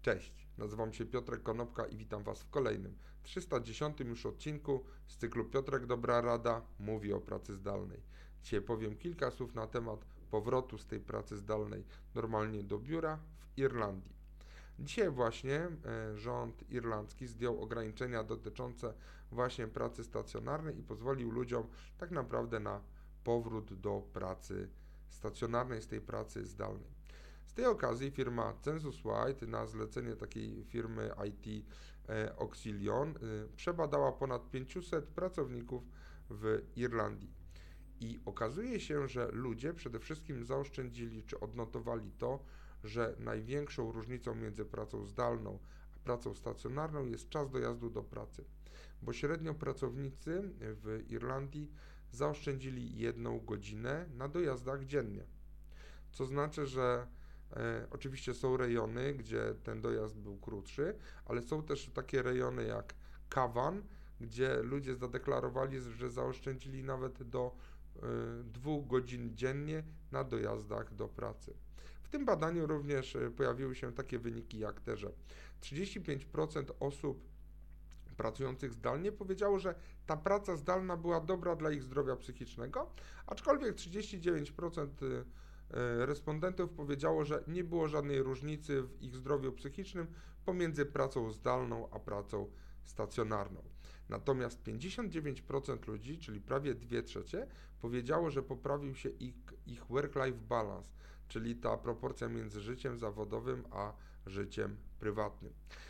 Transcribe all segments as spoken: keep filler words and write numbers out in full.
Cześć, nazywam się Piotrek Konopka i witam Was w kolejnym, trzysta dziesiątym już odcinku z cyklu Piotrek Dobra Rada mówi o pracy zdalnej. Dzisiaj powiem kilka słów na temat powrotu z tej pracy zdalnej normalnie do biura w Irlandii. Dzisiaj właśnie e, rząd irlandzki zdjął ograniczenia dotyczące właśnie pracy stacjonarnej i pozwolił ludziom tak naprawdę na powrót do pracy stacjonarnej, z tej pracy zdalnej. Z tej okazji firma Census White na zlecenie takiej firmy I T e, Oxilion e, przebadała ponad pięciuset pracowników w Irlandii. I okazuje się, że ludzie przede wszystkim zaoszczędzili czy odnotowali to, że największą różnicą między pracą zdalną a pracą stacjonarną jest czas dojazdu do pracy, bo średnio pracownicy w Irlandii zaoszczędzili jedną godzinę na dojazdach dziennie, co znaczy, że E, oczywiście są rejony, gdzie ten dojazd był krótszy, ale są też takie rejony jak Cavan, gdzie ludzie zadeklarowali, że zaoszczędzili nawet do e, dwóch godzin dziennie na dojazdach do pracy. W tym badaniu również e, pojawiły się takie wyniki jak te, że trzydzieści pięć procent osób pracujących zdalnie powiedziało, że ta praca zdalna była dobra dla ich zdrowia psychicznego, aczkolwiek trzydzieści dziewięć procent respondentów powiedziało, że nie było żadnej różnicy w ich zdrowiu psychicznym pomiędzy pracą zdalną a pracą stacjonarną. Natomiast pięćdziesiąt dziewięć procent ludzi, czyli prawie dwie trzecie, powiedziało, że poprawił się ich, ich work-life balance, czyli ta proporcja między życiem zawodowym a życiem prywatnym.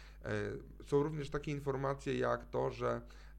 Są również takie informacje jak to, że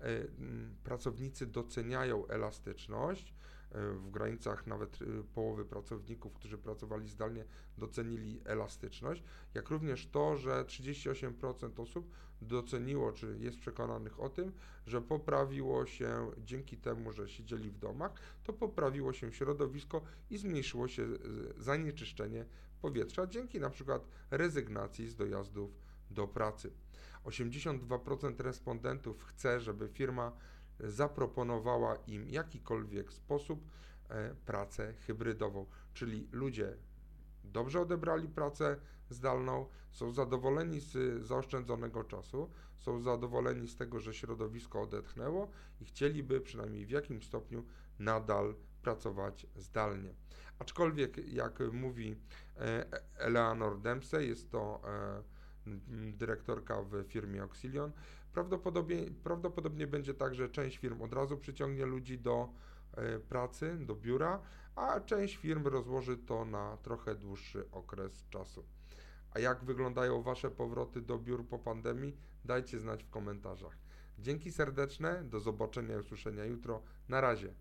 pracownicy doceniają elastyczność. W granicach nawet połowy pracowników, którzy pracowali zdalnie, docenili elastyczność, jak również to, że trzydzieści osiem procent osób doceniło, czy jest przekonanych o tym, że poprawiło się dzięki temu, że siedzieli w domach, to poprawiło się środowisko i zmniejszyło się zanieczyszczenie powietrza dzięki na przykład rezygnacji z dojazdów do pracy. osiemdziesiąt dwa procent respondentów chce, żeby firma zaproponowała im jakikolwiek sposób e, pracę hybrydową, czyli ludzie dobrze odebrali pracę zdalną, są zadowoleni z zaoszczędzonego czasu, są zadowoleni z tego, że środowisko odetchnęło i chcieliby przynajmniej w jakimś stopniu nadal pracować zdalnie. Aczkolwiek, jak mówi e, Eleanor Dempsey, jest to e, dyrektorka w firmie Oxilion, prawdopodobnie, prawdopodobnie będzie tak, że część firm od razu przyciągnie ludzi do e, pracy, do biura, a część firm rozłoży to na trochę dłuższy okres czasu. A jak wyglądają Wasze powroty do biur po pandemii? Dajcie znać w komentarzach. Dzięki serdeczne, do zobaczenia i usłyszenia jutro. Na razie.